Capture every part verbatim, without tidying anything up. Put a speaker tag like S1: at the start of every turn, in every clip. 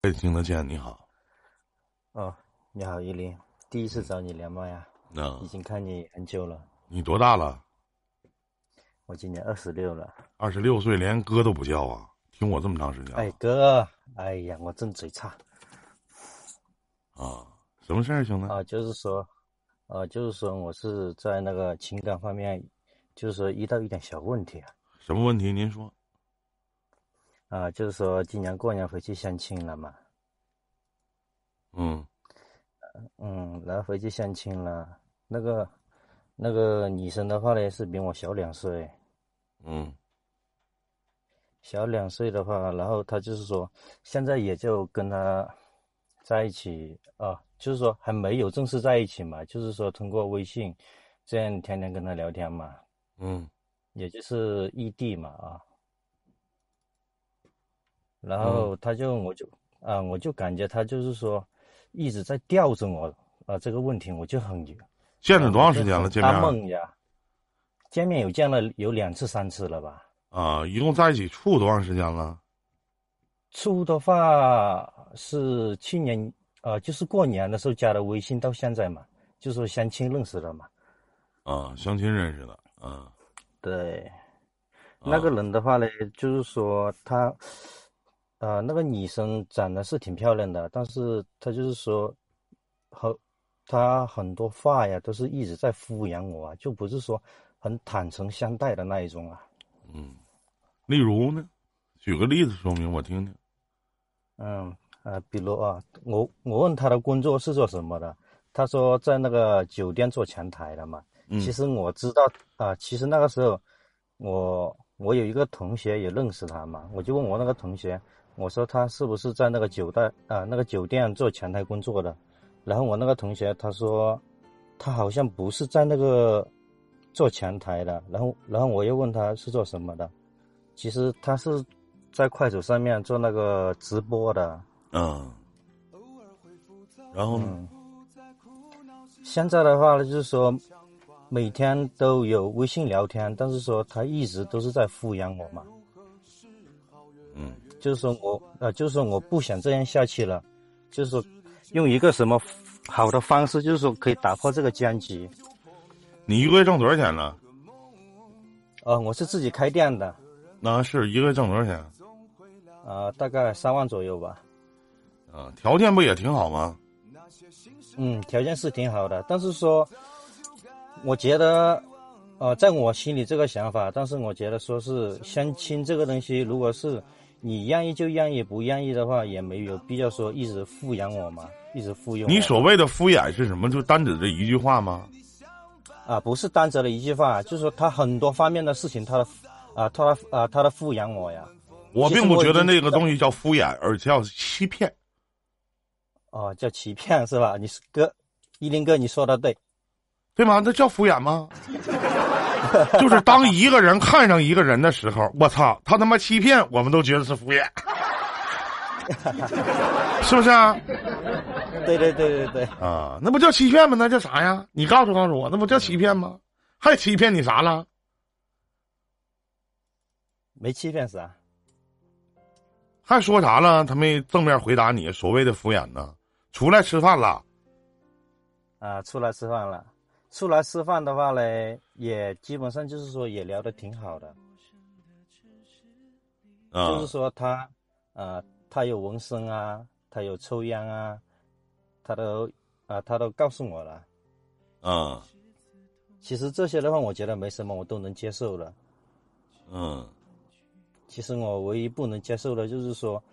S1: 可以听得见。你好。
S2: 哦，你好，依林，第一次找你聊麦呀、
S1: 嗯、
S2: 已经看你很久了。
S1: 你多大了？
S2: 我今年二十六了。
S1: 二十六岁，连哥都不叫啊？听我这么长时间了。
S2: 哎，哥，哎呀，我真嘴差。
S1: 啊，什么事儿，兄弟？
S2: 啊，就是说，啊，就是说，我是在那个情感方面，就是说遇到一点小问题啊。
S1: 什么问题？您说。
S2: 啊，就是说今年过年回去相亲了嘛。
S1: 嗯
S2: 嗯，然后回去相亲了，那个那个女生的话呢是比我小两岁。
S1: 嗯
S2: 小两岁的话，然后他就是说，现在也就跟他在一起啊，就是说还没有正式在一起嘛，就是说通过微信这样天天跟他聊天嘛，
S1: 嗯
S2: 也就是异地嘛啊。然
S1: 嗯，
S2: 后他就我就啊，我就感觉他就是说一直在吊着我啊，这个问题我就很
S1: 见了
S2: 啊，
S1: 多长时间了？
S2: 我就很纳
S1: 见面？
S2: 闷呀。见面有见了有两次三次了吧？
S1: 啊，一共在一起处多长时间了？
S2: 处的话是去年呃，就是过年的时候加的微信，到现在嘛，就是说相亲认识的嘛。
S1: 啊，相亲认识的。啊
S2: 对，那个
S1: 啊
S2: 人的话呢，就是说他，呃，那个女生长得是挺漂亮的，但是她就是说，和她很多话呀，都是一直在敷衍我啊，就不是说很坦诚相待的那一种啊。
S1: 嗯，例如呢？举个例子说明我听听。
S2: 嗯，呃，比如啊，我我问他的工作是做什么的，他说在那个酒店做前台的嘛。其
S1: 嗯，
S2: 实我知道啊，其实那个时候我我有一个同学也认识他嘛，我就问我那个同学，我说他是不是在那个酒店啊那个酒店做前台工作的，然后我那个同学他说他好像不是在那个做前台的，然后然后我又问他是做什么的，其实他是在快手上面做那个直播的。
S1: 嗯，然后呢？
S2: 嗯，现在的话呢，就是说每天都有微信聊天，但是说他一直都是在敷衍我嘛。
S1: 嗯，
S2: 就是说我呃，就是说我不想这样下去了，就是说用一个什么好的方式，就是说可以打破这个僵局。
S1: 你一个月挣多少钱呢？
S2: 呃，我是自己开店的。
S1: 那是一个月挣多少钱？
S2: 呃，大概三万左右吧。
S1: 啊，条件不也挺好吗？
S2: 嗯，条件是挺好的，但是说，我觉得，呃，在我心里这个想法，但是我觉得说是相亲这个东西，如果是你愿意就愿意，不愿意的话，也没有必要说一直敷衍我嘛，一直敷衍我。
S1: 你所谓的敷衍是什么？就单指这一句话吗？
S2: 啊，不是单着的一句话，就是说他很多方面的事情，他的啊，他的啊，他的敷衍我呀。
S1: 我并不觉得那个东
S2: 西
S1: 西叫敷衍，而叫欺骗。
S2: 哦，叫欺骗是吧？你是哥，依林哥，你说的对。
S1: 对吗？那叫敷衍吗？就是当一个人看上一个人的时候，我操，他他妈欺骗，我们都觉得是敷衍，是不是啊？
S2: 对对对对对。
S1: 啊，那不叫欺骗吗？那叫啥呀？你告诉告诉我，那不叫欺骗吗？还欺骗你啥了？
S2: 没欺骗啥？
S1: 还说啥了？他没正面回答你所谓的敷衍呢？出来吃饭了？
S2: 啊，出来吃饭了。出来吃饭的话呢，也基本上就是说也聊得挺好的。
S1: 啊，
S2: 就是说他，呃，他有纹身啊，他有抽烟啊，他都啊，他都告诉我了。
S1: 啊，
S2: 其实这些的话，我觉得没什么，我都能接受的。
S1: 嗯，
S2: 其实我唯一不能接受的就是说，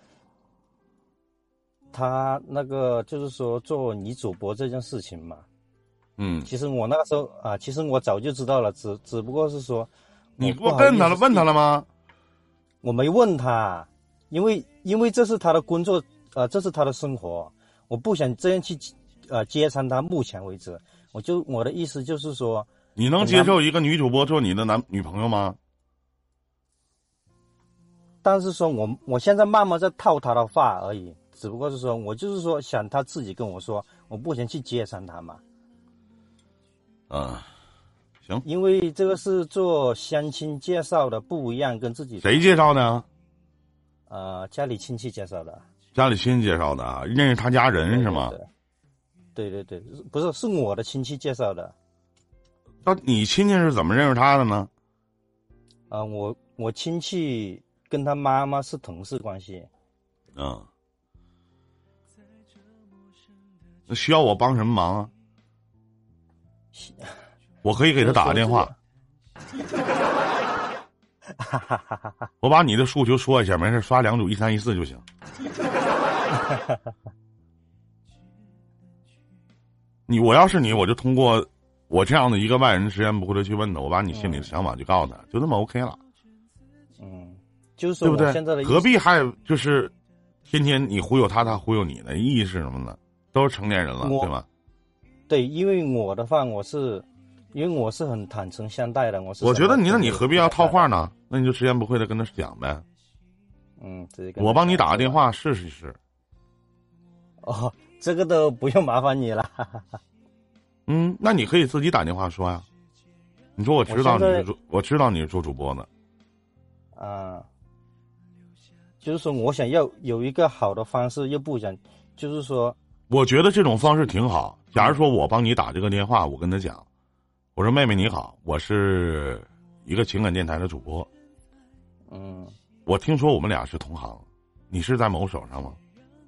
S2: 他那个就是说做女主播这件事情嘛。
S1: 嗯，
S2: 其实我那个时候啊，其实我早就知道了，只只不过是说，
S1: 你
S2: 不好意思
S1: 我问他了，问他了吗？
S2: 我没问他，因为因为这是他的工作，呃，这是他的生活，我不想这样去，呃，揭穿他。目前为止，我就我的意思就是说，
S1: 你能接受一个女主播做你的男女朋友吗？
S2: 但是说我我现在慢慢在套他的话而已，只不过是说我就是说想他自己跟我说，我不想去揭穿他嘛。
S1: 啊，行。
S2: 因为这个是做相亲介绍的，不一样，跟自己
S1: 谁介绍的？
S2: 呃家里亲戚介绍的。
S1: 家里亲戚介绍的啊？认识他家人是吗？
S2: 对对对，不是，是我的亲戚介绍的。
S1: 那你亲戚是怎么认识他的呢？
S2: 啊、呃，我我亲戚跟他妈妈是同事关系。
S1: 嗯。那需要我帮什么忙啊？我可以给他打个电话。我把你的诉求说一下，没事，刷两组一三一四就行。你我要是你，我就通过我这样的一个外人直言不讳的去问他，我把你心里的想法就告诉他，就这么 OK 了。
S2: 嗯，就是说，
S1: 对不对？
S2: 现在的
S1: 何必还就是天天你忽悠他，他忽悠你的意义是什么呢？都是成年人了，对吗？
S2: 对，因为我的话，我是因为我是很坦诚相待的，我是。
S1: 我觉得你那你何必要套话呢？那你就直言不讳的跟他讲呗。
S2: 嗯，
S1: 我帮你打个电话试试试。
S2: 哦，这个都不用麻烦你了。
S1: 嗯，那你可以自己打电话说呀。你说我知道你是做，我知道你是做主播的。
S2: 啊，就是说我想要有一个好的方式，又不想，就是说，
S1: 我觉得这种方式挺好。假如说我帮你打这个电话，我跟他讲，我说妹妹你好，我是一个情感电台的主播。
S2: 嗯，
S1: 我听说我们俩是同行，你是在某手上吗？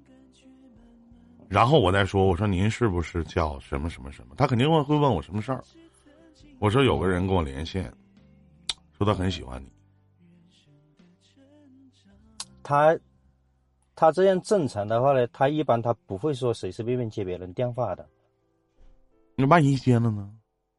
S1: 然后我再说，我说您是不是叫什么什么什么？他肯定会会问我什么事儿。我说有个人跟我连线，说他很喜欢你。
S2: 他他这样正常的话呢，他一般他不会说随随便便接别人电话的。
S1: 那万一接了呢？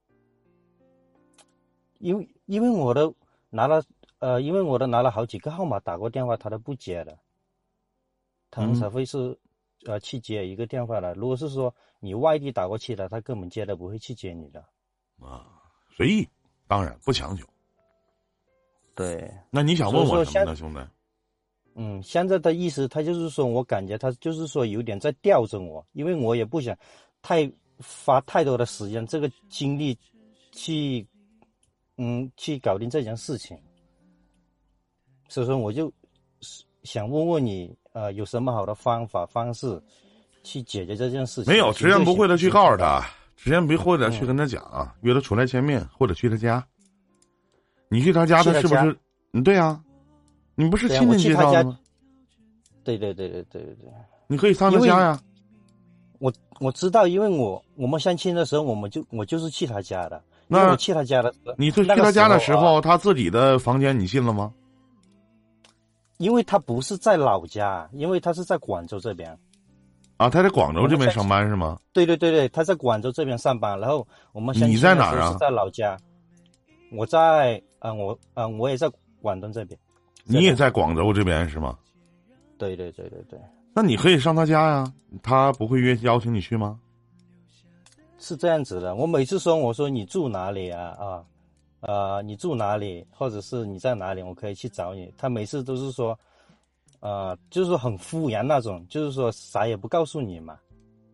S2: 因为因为我都拿了呃，因为我都拿了好几个号码打过电话，他都不接的。他很少会是、嗯、呃去接一个电话的。如果是说你外地打过去的，他根本接都不会去接你的。
S1: 啊，随意，当然不强求。
S2: 对。
S1: 那你想问我什么呢，兄弟？
S2: 嗯，现在的意思，他就是说我感觉他就是说有点在吊着我，因为我也不想太花太多的时间这个精力去嗯去搞定这件事情，所以说我就想问问你，呃，有什么好的方法方式去解决这件事情？
S1: 没有，直言不讳的去告诉他，直言不讳的去跟他讲啊，约他出来见面，或者去他家。你去他家，他是不是？嗯，对啊。你不是亲戚介绍的吗？
S2: 对对对对对对对。
S1: 你可以上他家呀。
S2: 我我知道，因为我我们相亲的时候，我们就我就是去他家的。
S1: 那
S2: 我去他家的时候，
S1: 你去他家的时候，他自己的房间你进了吗？
S2: 因为他不是在老家，因为他是在广州这边。
S1: 啊，他在广州这边上班是吗？
S2: 对对对对，他在广州这边上班，然后我们相亲
S1: 你在哪儿啊？
S2: 是在老家。我在啊、呃，我啊、呃，我也在广东这边。
S1: 你也在广州这边是吗？
S2: 对对对对对。
S1: 那你可以上他家呀，他不会约邀请你去吗？
S2: 是这样子的，我每次说我说你住哪里啊啊，呃你住哪里，或者是你在哪里，我可以去找你。他每次都是说，呃，就是说很敷衍那种，就是说啥也不告诉你嘛。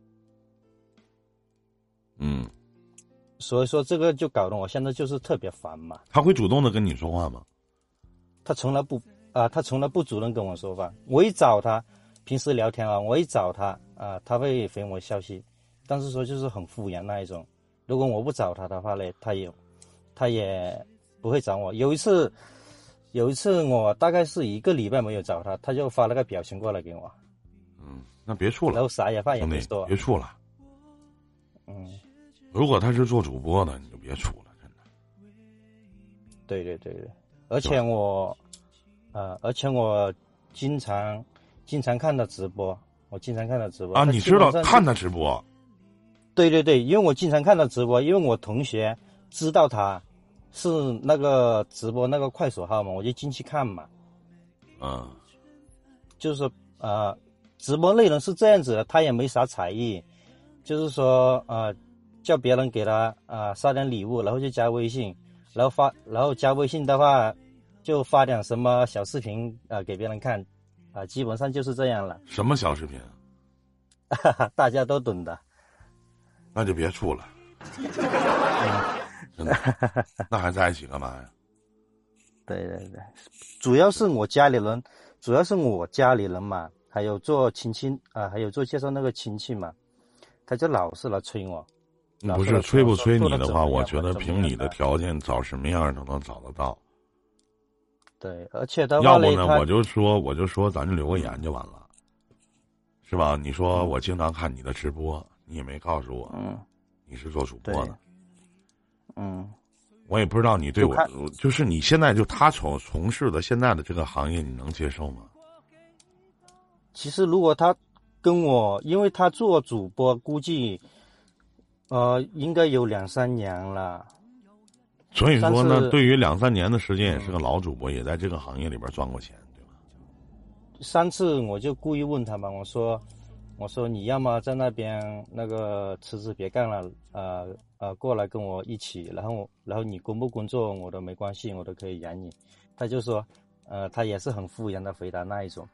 S1: 嗯。
S2: 所以说这个就搞得我现在就是特别烦嘛。
S1: 他会主动的跟你说话吗？
S2: 他从来不啊、呃，他从来不主动跟我说话。我一找他，平时聊天啊，我一找他啊、呃，他会回我消息，但是说就是很敷衍那一种。如果我不找他的话呢，他也他也不会找我。有一次，有一次我大概是一个礼拜没有找他，他就发了个表情过来给我。
S1: 嗯，那别处了。
S2: 然后啥也话也没说。
S1: 别处了。
S2: 嗯，
S1: 如果他是做主播的，你就别处了，真的。
S2: 对对对对。而且我，呃，而且我经常经常看他直播，我经常看他直播
S1: 啊。你知道看他直播？
S2: 对对对，因为我经常看他直播，因为我同学知道他是那个直播那个快手号嘛，我就进去看嘛。
S1: 嗯，
S2: 就是呃，直播内容是这样子的，他也没啥才艺，就是说呃，叫别人给他啊、呃、刷点礼物，然后就加微信。然后发，然后加微信的话，就发点什么小视频啊、呃、给别人看，啊、呃，基本上就是这样了。
S1: 什么小视频？
S2: 大家都懂的。
S1: 那就别处了。真的，那还在一起干嘛呀？
S2: 对对对，主要是我家里人，主要是我家里人嘛， 还有做亲戚啊，还有做介绍那个亲戚嘛，他就老是来催我。
S1: 不是催不催你的话，我觉得凭你
S2: 的
S1: 的条件，找什么样都能找得到。
S2: 对，而且的话
S1: 要不呢，我就说，我就说，咱就留个言就完了，是吧？你说我经常看你的直播，你也没告诉我，
S2: 嗯，
S1: 你是做主播的，
S2: 嗯，
S1: 我也不知道你对我，就是你现在就他从从事的现在的这个行业，你能接受吗？
S2: 其实如果他跟我，因为他做主播，估计呃应该有两三年了。
S1: 所以说呢，对于两三年的时间，也是个老主播，也在这个行业里边赚过钱，对吧？
S2: 上次我就故意问他嘛，我说，我说你要么在那边那个辞职别干了，呃呃，过来跟我一起，然后然后你工不工作我都没关系，我都可以养你。他就说，呃，他也是很敷衍的回答那一种。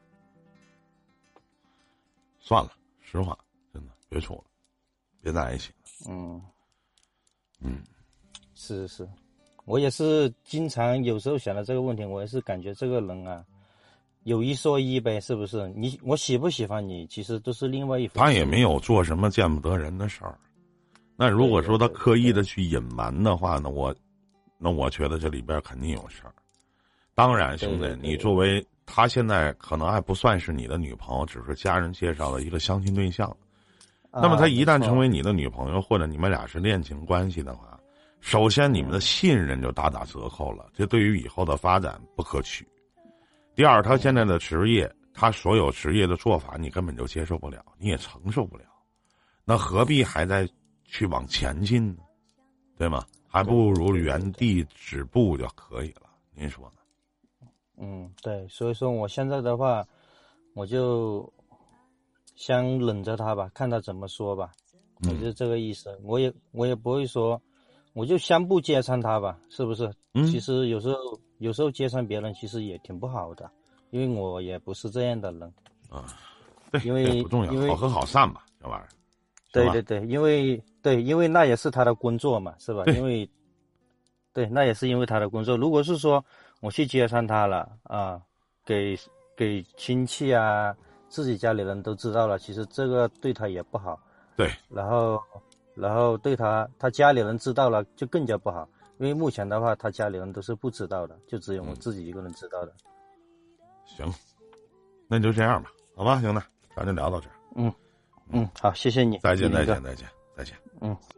S1: 算了，实话，真的别处了，别在一起了。
S2: 嗯
S1: 嗯，
S2: 是是。我也是经常有时候想到这个问题，我也是感觉这个人啊，有一说一呗，是不是？你我喜不喜欢你，其实都是另外一回事。
S1: 他也没有做什么见不得人的事儿。那如果说他刻意的去隐瞒的话呢，我，那我觉得这里边肯定有事儿。当然，兄弟，你作为他现在可能还不算是你的女朋友，只是家人介绍的一个相亲对象。那么他一旦成为你的女朋友，或者你们俩是恋情关系的话，首先，你们的信任就大打折扣了，这对于以后的发展不可取。第二，他现在的职业，他所有职业的做法，你根本就接受不了，你也承受不了，那何必还在去往前进呢？对吗？还不如原地止步就可以了。您说呢？
S2: 嗯，对，所以说我现在的话，我就先忍着他吧，看他怎么说吧，我就这个意思。我也我也不会说。我就先不揭穿他吧，是不是？
S1: 嗯，
S2: 其实有时候有时候揭穿别人其实也挺不好的，因为我也不是这样的人。
S1: 啊，对，
S2: 因为
S1: 不重要，
S2: 因为
S1: 好合好散吧，这玩意儿。
S2: 对对对，因为对，因为那也是他的工作嘛，是吧？因为对，那也是因为他的工作。如果是说我去揭穿他了啊，给给亲戚啊、自己家里人都知道了，其实这个对他也不好。
S1: 对，
S2: 然后。然后对他，他家里人知道了就更加不好，因为目前的话，他家里人都是不知道的，就只有我自己一个人知道的。
S1: 行，那就这样吧，好吧，兄弟，咱就聊到这儿。
S2: 嗯嗯，好，谢谢你，
S1: 再见，再见，再见，再见。
S2: 嗯。